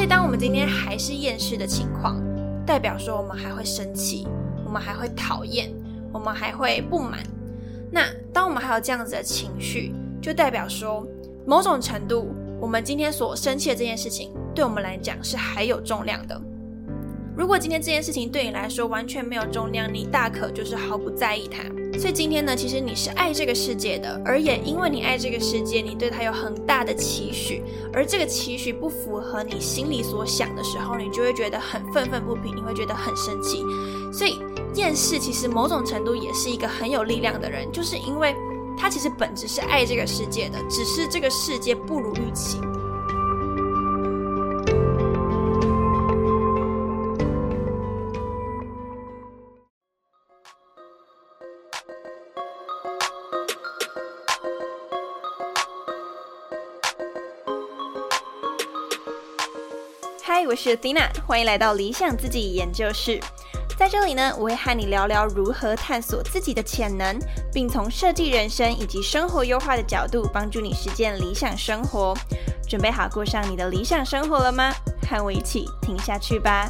以当我们今天还是厌世的情况，代表说我们还会生气，我们还会讨厌，我们还会不满。那当我们还有这样子的情绪，就代表说某种程度我们今天所生气的这件事情对我们来讲是还有重量的。如果今天这件事情对你来说完全没有重量，你大可就是毫不在意它。所以今天呢，其实你是爱这个世界的，而也因为你爱这个世界，你对它有很大的期许，而这个期许不符合你心里所想的时候，你就会觉得很愤愤不平，你会觉得很生气。所以厌世其实某种程度也是一个很有力量的人，就是因为他其实本质是爱这个世界的，只是这个世界不如预期。嗨，我是 Athena， 欢迎来到理想自己研究室。在这里呢，我会和你聊聊如何探索自己的潜能，并从设计人生以及生活优化的角度帮助你实践理想生活。准备好过上你的理想生活了吗？和我一起听下去吧。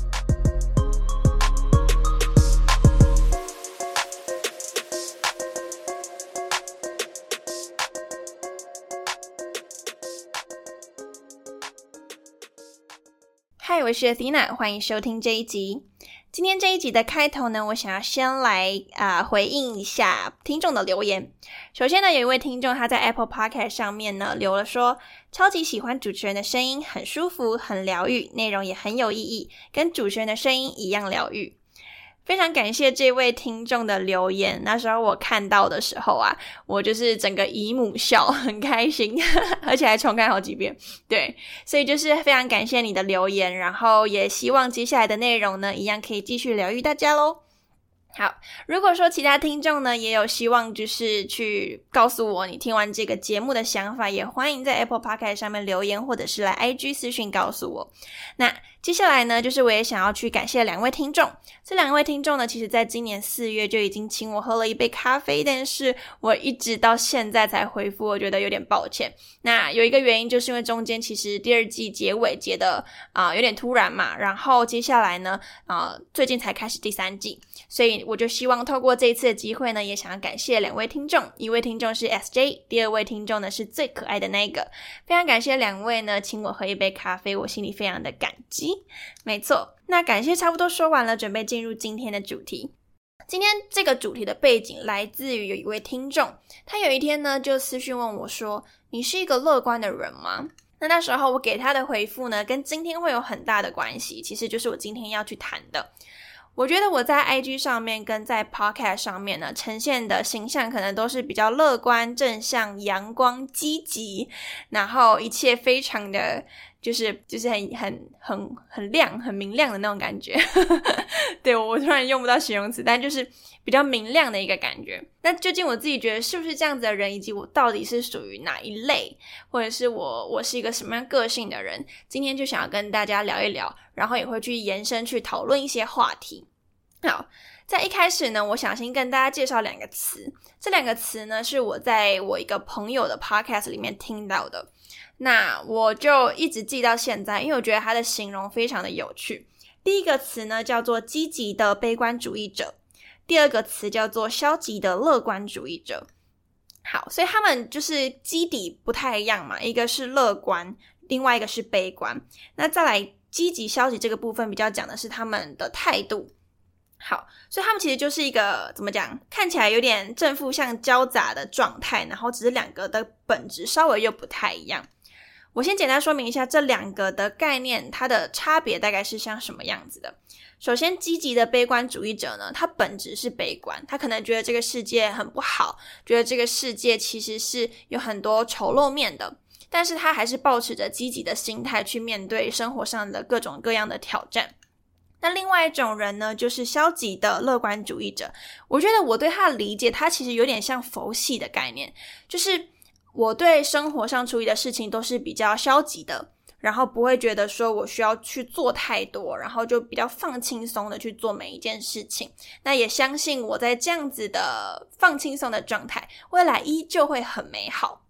嗨，我是 Athena， 欢迎收听这一集。今天这一集的开头呢，我想要先来回应一下听众的留言。首先呢，有一位听众他在 Apple Podcast 上面呢留了说，超级喜欢主持人的声音，很舒服，很疗愈，内容也很有意义，跟主持人的声音一样疗愈。非常感谢这位听众的留言，那时候我看到的时候啊，我就是整个姨母笑，很开心，而且还重看好几遍。对，所以就是非常感谢你的留言，然后也希望接下来的内容呢，一样可以继续疗愈大家咯。好，如果说其他听众呢也有希望就是去告诉我你听完这个节目的想法，也欢迎在 Apple Podcast 上面留言，或者是来 IG 私讯告诉我。那接下来呢，就是我也想要去感谢两位听众。这两位听众呢，其实在今年4月就已经请我喝了一杯咖啡，但是我一直到现在才回复，我觉得有点抱歉。那有一个原因就是因为中间其实第二季结尾结的有点突然嘛，然后接下来呢最近才开始第3季，所以我就希望透过这一次的机会呢，也想要感谢两位听众，一位听众是 SJ， 第二位听众呢是最可爱的那个。非常感谢两位呢请我喝一杯咖啡，我心里非常的感激。没错，那感谢差不多说完了，准备进入今天的主题。今天这个主题的背景来自于有一位听众，他有一天呢就私讯问我说，你是一个乐观的人吗？那时候我给他的回复呢跟今天会有很大的关系，其实就是我今天要去谈的。我觉得我在 IG 上面跟在 Podcast 上面呢呈现的形象可能都是比较乐观、正向、阳光、积极，然后一切非常的就是很亮、很明亮的那种感觉。对，我突然用不到形容词，但就是比较明亮的一个感觉。那究竟我自己觉得是不是这样子的人，以及我到底是属于哪一类，或者是我是一个什么样个性的人，今天就想要跟大家聊一聊，然后也会去延伸去讨论一些话题。好，在一开始呢，我想先跟大家介绍两个词。这两个词呢，是我在我一个朋友的 podcast 里面听到的。那我就一直记到现在，因为我觉得它的形容非常的有趣。第一个词呢，叫做积极的悲观主义者。第二个词叫做消极的乐观主义者。好，所以他们就是基底不太一样嘛，一个是乐观，另外一个是悲观。那再来积极消极这个部分比较讲的是他们的态度。好，所以他们其实就是一个怎么讲，看起来有点正负向交杂的状态，然后只是两个的本质稍微又不太一样。我先简单说明一下这两个的概念，它的差别大概是像什么样子的。首先，积极的悲观主义者呢，他本质是悲观，他可能觉得这个世界很不好，觉得这个世界其实是有很多丑陋面的，但是他还是抱持着积极的心态去面对生活上的各种各样的挑战。那另外一种人呢，就是消极的乐观主义者。我觉得我对他的理解，他其实有点像佛系的概念，就是我对生活上处理的事情都是比较消极的，然后不会觉得说我需要去做太多，然后就比较放轻松的去做每一件事情。那也相信我在这样子的放轻松的状态，未来依旧会很美好。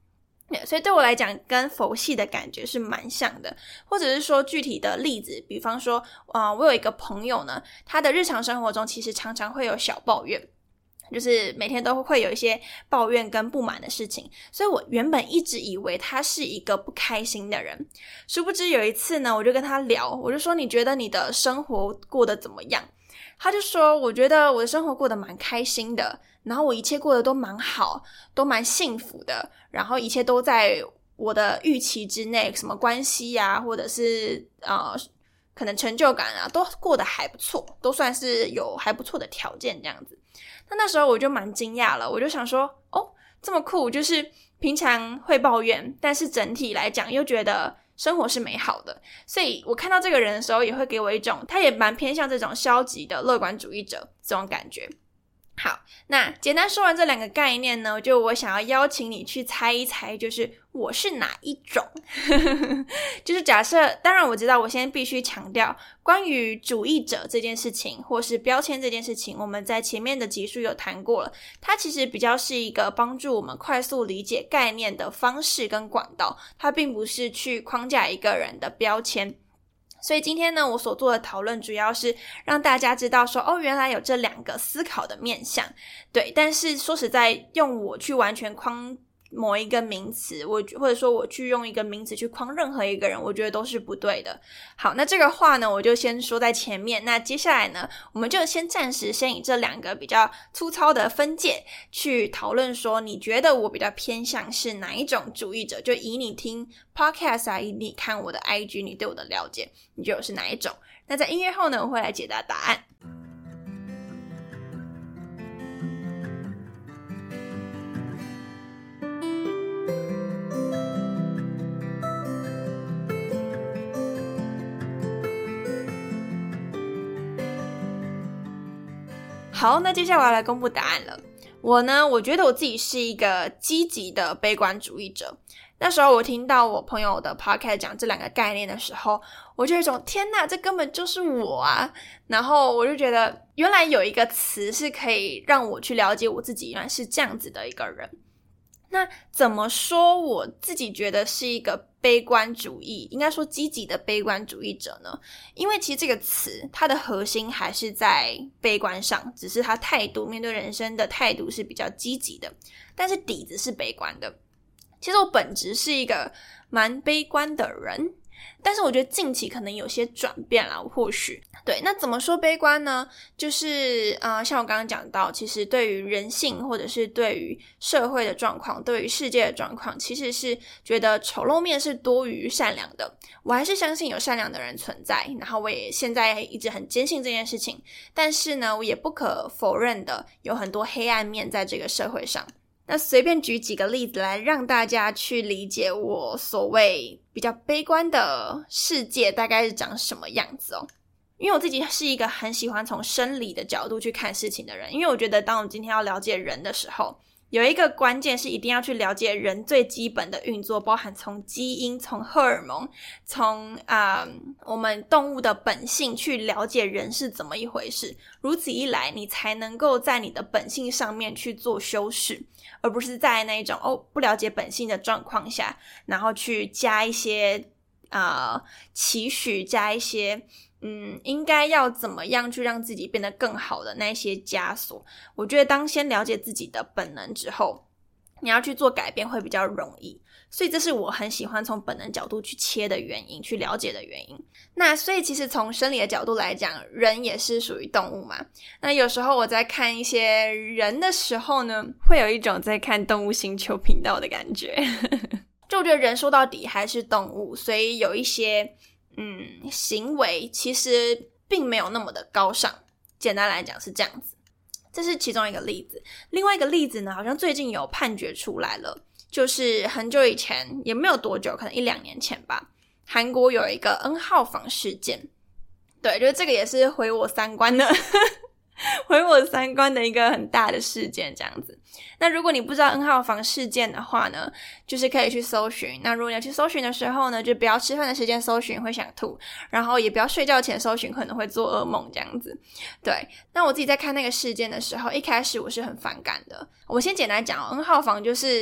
所以对我来讲跟佛系的感觉是蛮像的。或者是说具体的例子，比方说我有一个朋友呢，他的日常生活中其实常常会有小抱怨，就是每天都会有一些抱怨跟不满的事情，所以我原本一直以为他是一个不开心的人。殊不知有一次呢，我就跟他聊，我就说你觉得你的生活过得怎么样？他就说我觉得我的生活过得蛮开心的，然后我一切过得都蛮好，都蛮幸福的，然后一切都在我的预期之内，什么关系啊，或者是可能成就感啊，都过得还不错，都算是有还不错的条件这样子。那时候我就蛮惊讶了，我就想说这么酷，就是平常会抱怨，但是整体来讲又觉得生活是美好的。所以我看到这个人的时候也会给我一种，他也蛮偏向这种消极的乐观主义者这种感觉。好，那简单说完这两个概念呢，就我想要邀请你去猜一猜，就是我是哪一种就是假设，当然我知道我现在必须强调，关于主义者这件事情或是标签这件事情，我们在前面的集数有谈过了，它其实比较是一个帮助我们快速理解概念的方式跟管道，它并不是去框架一个人的标签。所以今天呢，我所做的讨论主要是让大家知道说原来有这两个思考的面向。对，但是说实在，用我去完全框某一个名词，或者说我去用一个名词去框任何一个人，我觉得都是不对的。好，那这个话呢，我就先说在前面。那接下来呢，我们就暂时以这两个比较粗糙的分界去讨论说，你觉得我比较偏向是哪一种主义者？就以你听 podcast 啊，以你看我的 IG， 你对我的了解，你觉得我是哪一种？那在音乐后呢，我会来解答答案。好，那接下来我要来公布答案了。我觉得我自己是一个积极的悲观主义者。那时候我听到我朋友的 podcast 讲这两个概念的时候，我就有一种天哪，这根本就是我啊！然后我就觉得原来有一个词是可以让我去了解我自己，原来是这样子的一个人。那怎么说我自己觉得是一个悲观主义，应该说积极的悲观主义者呢？因为其实这个词它的核心还是在悲观上，只是它态度，面对人生的态度是比较积极的，但是底子是悲观的。其实我本质是一个蛮悲观的人，但是我觉得近期可能有些转变啦，或许。对，那怎么说悲观呢？就是像我刚刚讲到，其实对于人性或者是对于社会的状况，对于世界的状况，其实是觉得丑陋面是多于善良的。我还是相信有善良的人存在，然后我也现在一直很坚信这件事情。但是呢，我也不可否认的有很多黑暗面在这个社会上。那随便举几个例子来让大家去理解我所谓比较悲观的世界大概是长什么样子哦。因为我自己是一个很喜欢从生理的角度去看事情的人，因为我觉得当我们今天要了解人的时候，有一个关键是一定要去了解人最基本的运作，包含从基因、从荷尔蒙、从我们动物的本性去了解人是怎么一回事。如此一来，你才能够在你的本性上面去做修饰，而不是在那一种不了解本性的状况下，然后去加一些期许，加一些应该要怎么样去让自己变得更好的那些枷锁。我觉得当先了解自己的本能之后，你要去做改变会比较容易。所以这是我很喜欢从本能角度去切的原因，去了解的原因。那所以其实从生理的角度来讲，人也是属于动物嘛。那有时候我在看一些人的时候呢，会有一种在看动物星球频道的感觉就我觉得人说到底还是动物，所以有一些行为其实并没有那么的高尚，简单来讲是这样子。这是其中一个例子。另外一个例子呢，好像最近有判决出来了，就是很久以前，也没有多久，可能1-2年前吧，韩国有一个 N 号房事件。对，就是这个也是毁我三观的毁我三观的一个很大的事件这样子。那如果你不知道 N 号房事件的话呢，就是可以去搜寻。那如果你要去搜寻的时候呢，就不要吃饭的时间搜寻，会想吐，然后也不要睡觉前搜寻，可能会做噩梦这样子。对，那我自己在看那个事件的时候，一开始我是很反感的。我先简单讲N 号房就是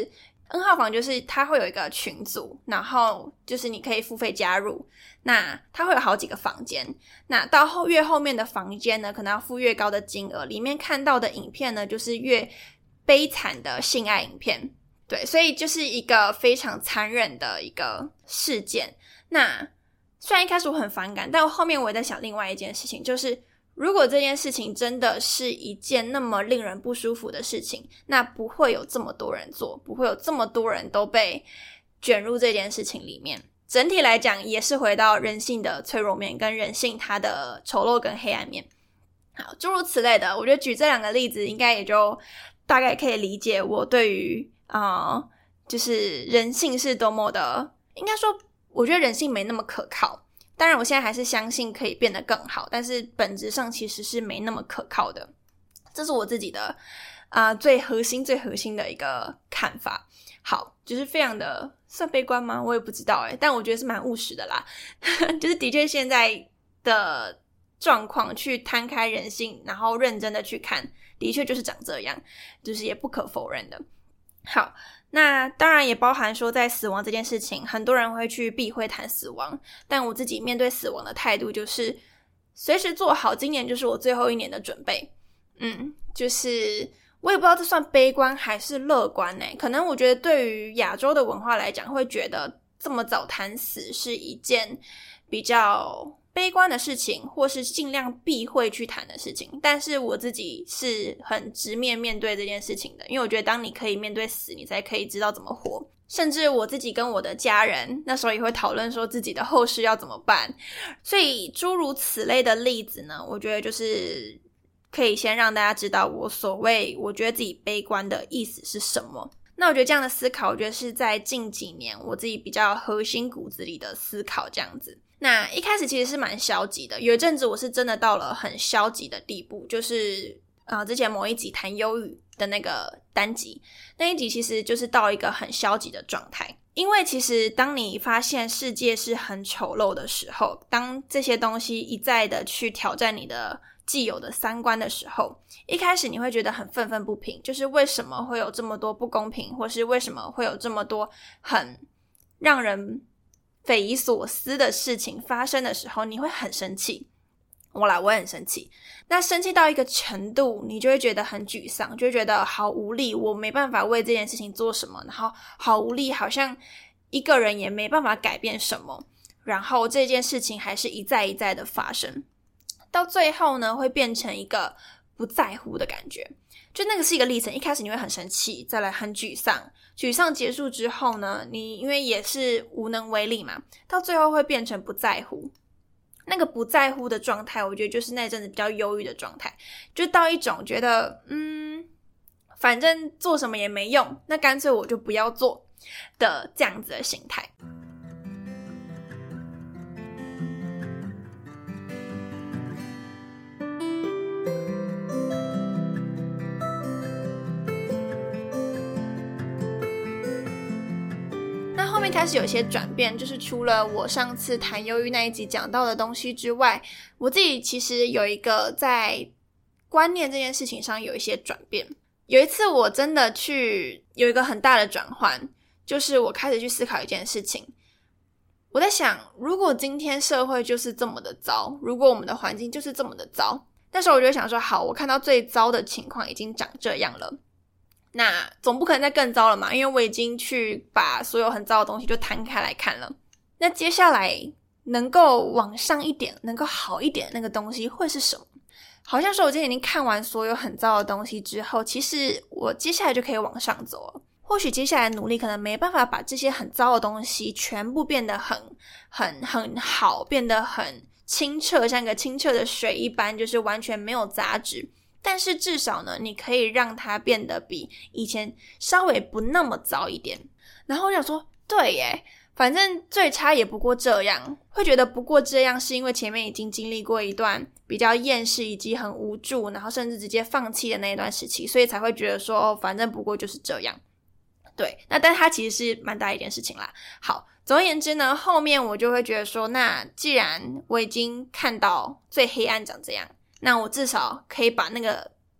N 号房就是它会有一个群组，然后就是你可以付费加入，那它会有好几个房间，那到越后面的房间呢，可能要付越高的金额，里面看到的影片呢就是越悲惨的性爱影片。对，所以就是一个非常残忍的一个事件。那虽然一开始我很反感，但后面我也在想另外一件事情，就是如果这件事情真的是一件那么令人不舒服的事情，那不会有这么多人做，不会有这么多人都被卷入这件事情里面。整体来讲也是回到人性的脆弱面跟人性它的丑陋跟黑暗面。好，诸如此类的，我觉得举这两个例子应该也就大概可以理解我对于就是人性是多么的，应该说我觉得人性没那么可靠。当然我现在还是相信可以变得更好，但是本质上其实是没那么可靠的。这是我自己的最核心的一个看法。好，就是非常的算悲观吗？我也不知道但我觉得是蛮务实的啦。就是的确现在的状况去摊开人性，然后认真的去看，的确就是长这样，就是也不可否认的。好，那当然也包含说在死亡这件事情，很多人会去避讳谈死亡，但我自己面对死亡的态度就是随时做好今年就是我最后一年的准备。就是我也不知道这算悲观还是乐观可能我觉得对于亚洲的文化来讲，会觉得这么早谈死是一件比较悲观的事情，或是尽量避讳去谈的事情。但是我自己是很直面对这件事情的，因为我觉得当你可以面对死，你才可以知道怎么活。甚至我自己跟我的家人那时候也会讨论说自己的后事要怎么办。所以诸如此类的例子呢，我觉得就是可以先让大家知道我觉得自己悲观的意思是什么。那我觉得这样的思考，我觉得是在近几年我自己比较核心骨子里的思考这样子。那一开始其实是蛮消极的，有一阵子我是真的到了很消极的地步，就是之前某一集谈忧郁的那个单集，那一集其实就是到一个很消极的状态。因为其实当你发现世界是很丑陋的时候，当这些东西一再的去挑战你的既有的三观的时候，一开始你会觉得很愤愤不平，就是为什么会有这么多不公平，或是为什么会有这么多很让人匪夷所思的事情发生的时候，你会很生气。我也很生气。那生气到一个程度，你就会觉得很沮丧，就会觉得好无力，我没办法为这件事情做什么，然后好无力，好像一个人也没办法改变什么，然后这件事情还是一再一再的发生，到最后呢，会变成一个不在乎的感觉。就那个是一个历程，一开始你会很生气，再来很沮丧，沮丧结束之后呢，你因为也是无能为力嘛，到最后会变成不在乎。那个不在乎的状态，我觉得就是那阵子比较忧郁的状态，就到一种觉得反正做什么也没用，那干脆我就不要做的这样子的心态。后面开始有一些转变，就是除了我上次谈忧郁那一集讲到的东西之外，我自己其实有一个在观念这件事情上有一些转变。有一次我真的有一个很大的转换，就是我开始去思考一件事情。我在想，如果今天社会就是这么的糟，如果我们的环境就是这么的糟，那时候我就想说，好，我看到最糟的情况已经长这样了，那总不可能再更糟了嘛，因为我已经去把所有很糟的东西就摊开来看了。那接下来能够往上一点，能够好一点的那个东西会是什么？好像是我今天已经看完所有很糟的东西之后，其实我接下来就可以往上走了。或许接下来努力可能没办法把这些很糟的东西全部变得很好，变得很清澈，像个清澈的水一般，就是完全没有杂质。但是至少呢，你可以让它变得比以前稍微不那么糟一点。然后我想说，对耶，反正最差也不过这样。会觉得不过这样是因为前面已经经历过一段比较厌世以及很无助，然后甚至直接放弃的那一段时期，所以才会觉得说反正不过就是这样。对，那但它其实是蛮大一件事情啦。好，总而言之呢，后面我就会觉得说，那既然我已经看到最黑暗长这样，那我至少可以把那个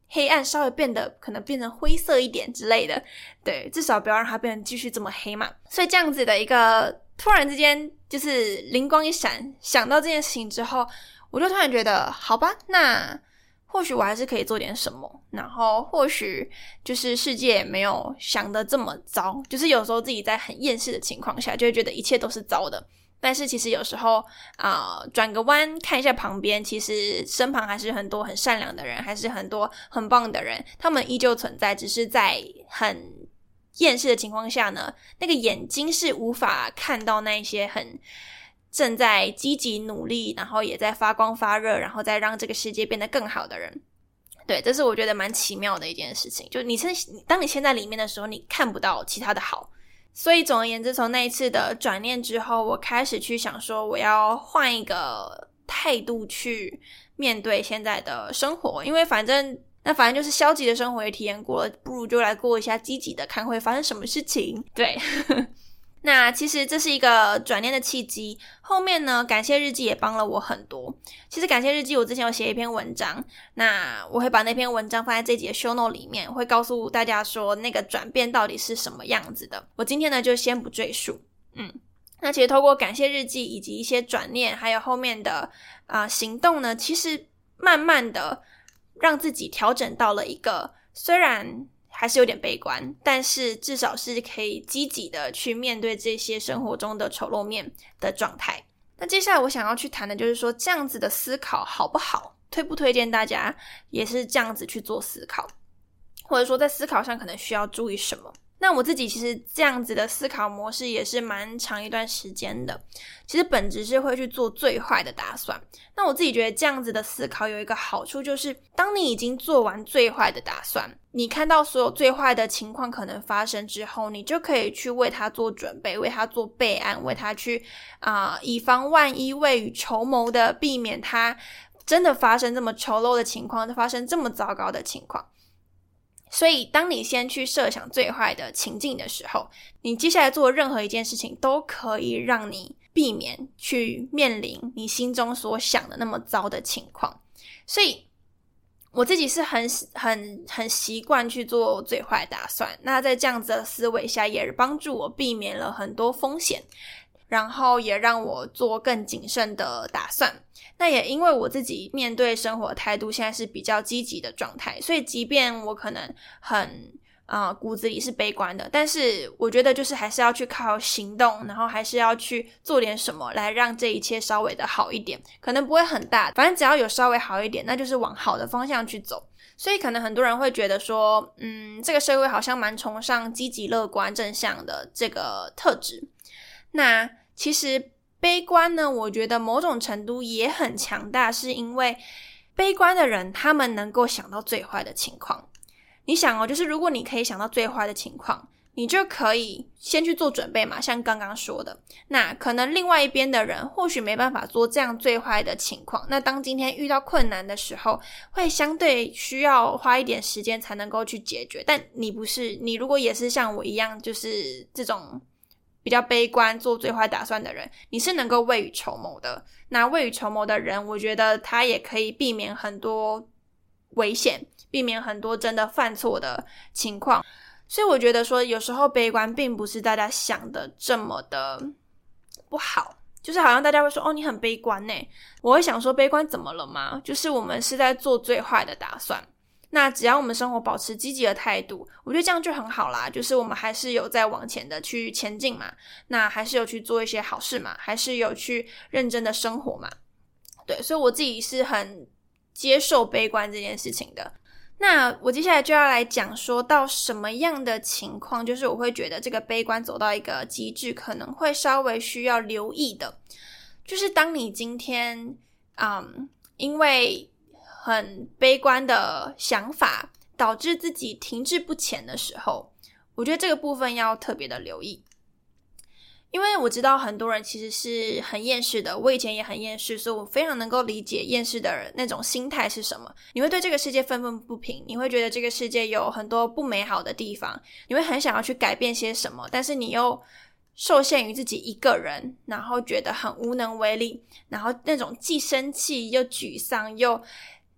黑暗稍微可能变成灰色一点之类的，对，至少不要让它变成继续这么黑嘛。所以这样子的一个突然之间就是灵光一闪，想到这件事情之后，我就突然觉得好吧，那或许我还是可以做点什么，然后或许就是世界也没有想得这么糟，就是有时候自己在很厌世的情况下就会觉得一切都是糟的，但是其实有时候转个弯看一下旁边，其实身旁还是很多很善良的人，还是很多很棒的人，他们依旧存在，只是在很厌世的情况下呢，那个眼睛是无法看到那一些很正在积极努力，然后也在发光发热，然后再让这个世界变得更好的人。对，这是我觉得蛮奇妙的一件事情，就当你陷在里面的时候，你看不到其他的好。所以总而言之，从那一次的转念之后，我开始去想说我要换一个态度去面对现在的生活，因为反正就是消极的生活也体验过了，不如就来过一下积极的，看会发生什么事情。对那其实这是一个转念的契机，后面呢感谢日记也帮了我很多。其实感谢日记我之前有写一篇文章，那我会把那篇文章放在这集的 show note 里面，会告诉大家说那个转变到底是什么样子的。我今天呢就先不赘述。那其实透过感谢日记以及一些转念还有后面的行动呢，其实慢慢的让自己调整到了一个虽然还是有点悲观，但是至少是可以积极的去面对这些生活中的丑陋面的状态。那接下来我想要去谈的就是说，这样子的思考好不好？推不推荐大家也是这样子去做思考？或者说在思考上可能需要注意什么？那我自己其实这样子的思考模式也是蛮长一段时间的，其实本质是会去做最坏的打算。那我自己觉得这样子的思考有一个好处，就是当你已经做完最坏的打算，你看到所有最坏的情况可能发生之后，你就可以去为它做准备，为它做备案，为它去以防万一，未雨绸缪的避免它真的发生这么丑陋的情况，发生这么糟糕的情况。所以当你先去设想最坏的情境的时候，你接下来做任何一件事情都可以让你避免去面临你心中所想的那么糟的情况。所以我自己是很习惯去做最坏打算，那在这样子的思维下也帮助我避免了很多风险，然后也让我做更谨慎的打算。那也因为我自己面对生活的态度现在是比较积极的状态，所以即便我可能很骨子里是悲观的，但是我觉得就是还是要去靠行动，然后还是要去做点什么来让这一切稍微的好一点，可能不会很大，反正只要有稍微好一点，那就是往好的方向去走。所以可能很多人会觉得说这个社会好像蛮崇尚积极乐观正向的这个特质。那其实悲观呢，我觉得某种程度也很强大，是因为悲观的人他们能够想到最坏的情况。你想就是如果你可以想到最坏的情况，你就可以先去做准备嘛，像刚刚说的。那可能另外一边的人或许没办法做这样最坏的情况，那当今天遇到困难的时候，会相对需要花一点时间才能够去解决。但你不是，你如果也是像我一样就是这种比较悲观做最坏打算的人，你是能够未雨绸缪的。那未雨绸缪的人，我觉得他也可以避免很多危险，避免很多真的犯错的情况。所以我觉得说有时候悲观并不是大家想的这么的不好，就是好像大家会说你很悲观耶，我会想说悲观怎么了吗？就是我们是在做最坏的打算，那只要我们生活保持积极的态度，我觉得这样就很好啦，就是我们还是有在往前的去前进嘛，那还是有去做一些好事嘛，还是有去认真的生活嘛。对，所以我自己是很接受悲观这件事情的。那我接下来就要来讲说到什么样的情况，就是我会觉得这个悲观走到一个极致可能会稍微需要留意的，就是当你今天因为很悲观的想法导致自己停滞不前的时候，我觉得这个部分要特别的留意。因为我知道很多人其实是很厌世的，我以前也很厌世，所以我非常能够理解厌世的人那种心态是什么。你会对这个世界愤愤不平，你会觉得这个世界有很多不美好的地方，你会很想要去改变些什么，但是你又受限于自己一个人，然后觉得很无能为力，然后那种既生气又沮丧又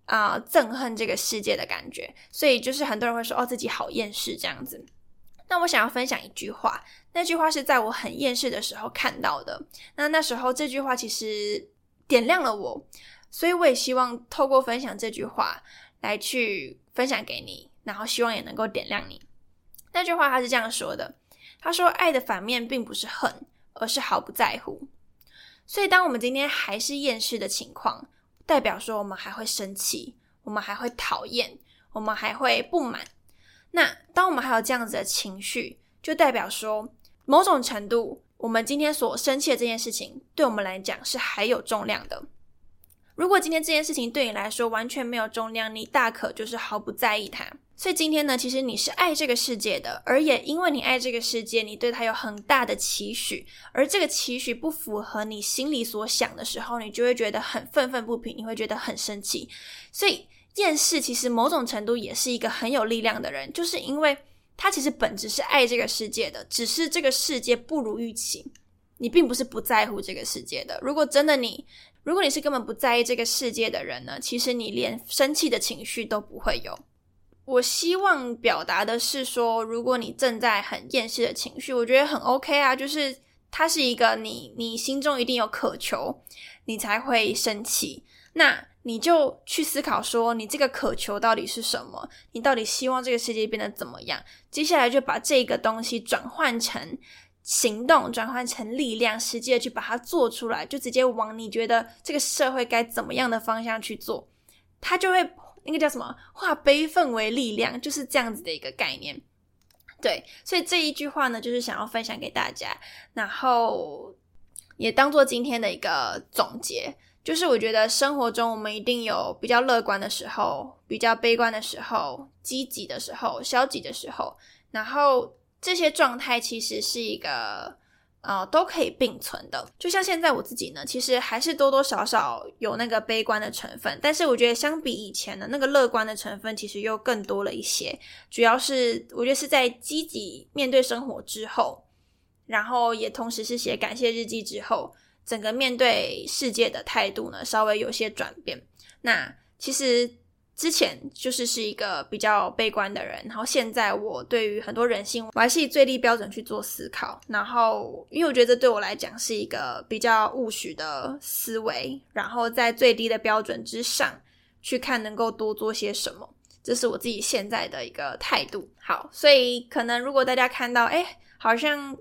憎恨这个世界的感觉，所以就是很多人会说自己好厌世这样子。那我想要分享一句话，那句话是在我很厌世的时候看到的，那时候这句话其实点亮了我，所以我也希望透过分享这句话来去分享给你，然后希望也能够点亮你。那句话他是这样说的，他说爱的反面并不是恨，而是毫不在乎。所以当我们今天还是厌世的情况，代表说我们还会生气，我们还会讨厌，我们还会不满。那当我们还有这样子的情绪，就代表说某种程度我们今天所生气的这件事情对我们来讲是还有重量的。如果今天这件事情对你来说完全没有重量，你大可就是毫不在意它。所以今天呢，其实你是爱这个世界的，而也因为你爱这个世界，你对它有很大的期许，而这个期许不符合你心里所想的时候，你就会觉得很愤愤不平，你会觉得很生气。所以厌世其实某种程度也是一个很有力量的人，就是因为他其实本质是爱这个世界的，只是这个世界不如预期，你并不是不在乎这个世界的。如果你是根本不在意这个世界的人呢，其实你连生气的情绪都不会有。我希望表达的是说，如果你正在很厌世的情绪，我觉得很 OK 啊，就是它是一个你心中一定有渴求，你才会生气。那你就去思考说，你这个渴求到底是什么？你到底希望这个世界变得怎么样？接下来就把这个东西转换成行动，转换成力量，实际的去把它做出来，就直接往你觉得这个社会该怎么样的方向去做，它就会那个叫什么，化悲愤为力量，就是这样子的一个概念。对，所以这一句话呢，就是想要分享给大家，然后也当做今天的一个总结。就是我觉得生活中我们一定有比较乐观的时候，比较悲观的时候，积极的时候，消极的时候，然后这些状态其实是一个都可以并存的。就像现在我自己呢，其实还是多多少少有那个悲观的成分，但是我觉得相比以前的那个乐观的成分其实又更多了一些。主要是我觉得是在积极面对生活之后，然后也同时是写感谢日记之后，整个面对世界的态度呢稍微有些转变。那其实之前是一个比较悲观的人，然后现在我对于很多人性我还是以最低标准去做思考，然后因为我觉得这对我来讲是一个比较务实的思维，然后在最低的标准之上去看能够多做些什么，这是我自己现在的一个态度。好，所以可能如果大家看到好像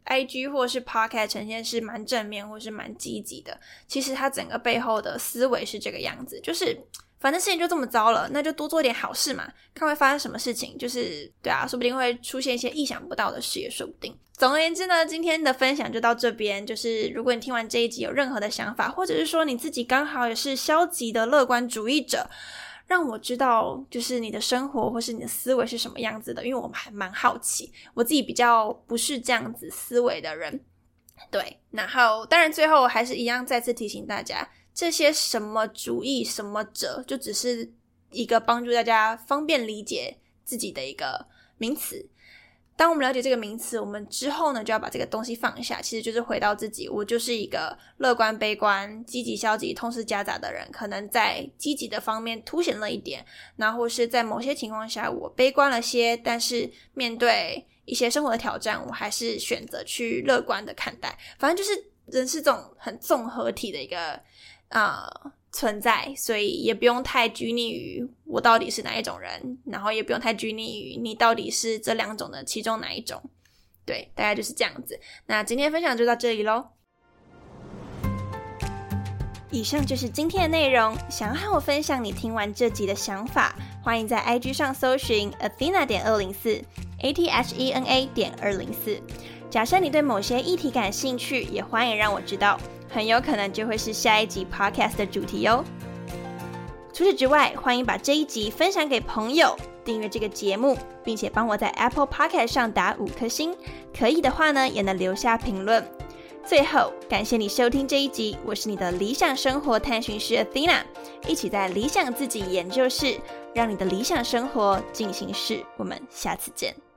IG 或是 Podcast 呈现是蛮正面或是蛮积极的，其实它整个背后的思维是这个样子，就是反正事情就这么糟了，那就多做点好事嘛，看会发生什么事情，就是对啊，说不定会出现一些意想不到的事也说不定。总而言之呢，今天的分享就到这边，就是如果你听完这一集有任何的想法，或者是说你自己刚好也是消极的乐观主义者，让我知道就是你的生活或是你的思维是什么样子的，因为我还蛮好奇，我自己比较不是这样子思维的人。对，然后当然最后还是一样再次提醒大家，这些什么主义什么者就只是一个帮助大家方便理解自己的一个名词。当我们了解这个名词，我们之后呢就要把这个东西放下，其实就是回到自己，我就是一个乐观悲观积极消极同时夹杂的人，可能在积极的方面凸显了一点，然后或是在某些情况下我悲观了些，但是面对一些生活的挑战我还是选择去乐观的看待。反正就是人是这种很综合体的一个存在，所以也不用太拘泥于我到底是哪一种人，然后也不用太拘泥于你到底是这两种的其中哪一种。对，大概就是这样子。那今天分享就到这里咯。以上就是今天的内容，想要和我分享你听完这集的想法，欢迎在 IG 上搜寻 Athena.204 ATHENA.204。假设你对某些议题感兴趣，也欢迎让我知道，很有可能就会是下一集 podcast 的主题哦。除此之外，欢迎把这一集分享给朋友，订阅这个节目，并且帮我在 Apple Podcast 上打5颗星，可以的话呢，也能留下评论。最后，感谢你收听这一集，我是你的理想生活探寻师 Athena， 一起在理想自己研究室，让你的理想生活进行式。我们下次见。